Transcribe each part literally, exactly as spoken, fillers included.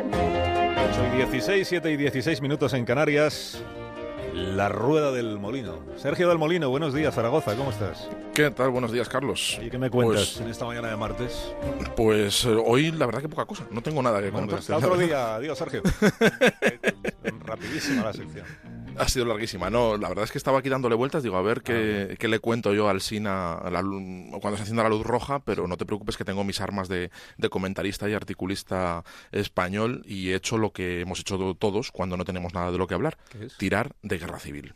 ocho y dieciséis, siete y dieciséis minutos en Canarias. La Rueda del Molino. Sergio del Molino, buenos días, Zaragoza, ¿cómo estás? ¿Qué tal? Buenos días, Carlos. ¿Y qué me cuentas pues, en esta mañana de martes? Pues eh, hoy la verdad que poca cosa, no tengo nada que bueno, contarte. Pues hasta otro día, adiós, Sergio. Rapidísima la sección. Ha sido larguísima, no, la verdad es que estaba aquí dándole vueltas, digo, a ver qué, ah, qué le cuento yo al Sina a la, cuando se encienda la luz roja, pero no te preocupes que tengo mis armas de, de comentarista y articulista español y he hecho lo que hemos hecho todos cuando no tenemos nada de lo que hablar, tirar de guerra civil.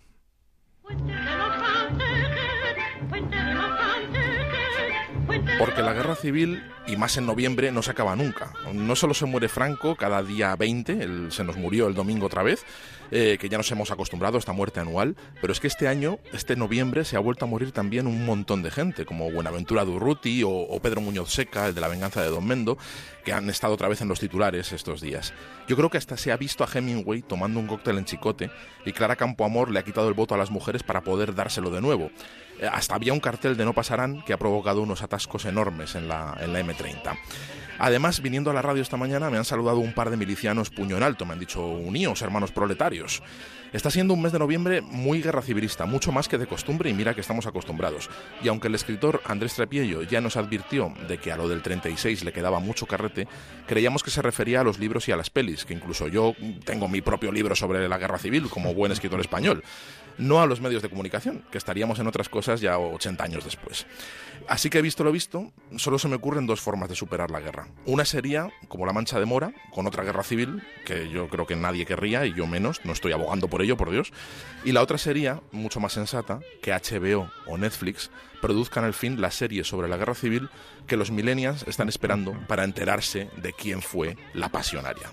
Porque la guerra civil, y más en noviembre, no se acaba nunca. No solo se muere Franco cada día veinte, él se nos murió el domingo otra vez, eh, que ya nos hemos acostumbrado a esta muerte anual, pero es que este año, este noviembre, se ha vuelto a morir también un montón de gente, como Buenaventura Durruti o, o Pedro Muñoz Seca, el de la venganza de Don Mendo, que han estado otra vez en los titulares estos días. Yo creo que hasta se ha visto a Hemingway tomando un cóctel en Chicote y Clara Campoamor le ha quitado el voto a las mujeres para poder dárselo de nuevo. Hasta había un cartel de no pasarán que ha provocado unos atascos enormes en la, en la eme treinta. Además, viniendo a la radio esta mañana me han saludado un par de milicianos puño en alto, me han dicho uníos, hermanos proletarios. Está siendo un mes de noviembre muy guerra civilista, mucho más que de costumbre y mira que estamos acostumbrados. Y aunque el escritor Andrés Trepiello ya nos advirtió de que a lo del treinta y seis le quedaba mucho carrete, creíamos que se refería a los libros y a las pelis, que incluso yo tengo mi propio libro sobre la guerra civil como buen escritor español. No a los medios de comunicación, que estaríamos en otras cosas ya ochenta años después. Así que, visto lo visto, solo se me ocurren dos formas de superar la guerra. Una sería, como la Mancha de Mora, con otra guerra civil, que yo creo que nadie querría, y yo menos, no estoy abogando por ello, por Dios. Y la otra sería, mucho más sensata, que hache be o o Netflix produzcan al fin la serie sobre la guerra civil que los millennials están esperando para enterarse de quién fue la pasionaria.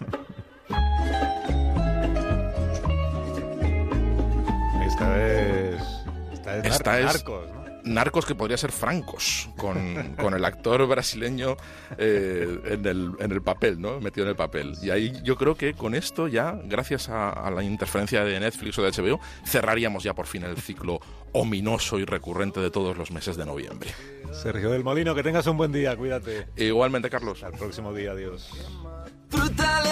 Esta es... Esta es, Esta nar- es Narcos, ¿no? Narcos, que podría ser Francos, con, con el actor brasileño eh, en, el, en el papel, ¿no? Metido en el papel. Y ahí yo creo que con esto ya, gracias a, a la interferencia de Netflix o de hache be o, cerraríamos ya por fin el ciclo ominoso y recurrente de todos los meses de noviembre. Sergio del Molino, que tengas un buen día, cuídate. Igualmente, Carlos. Hasta el próximo día, adiós.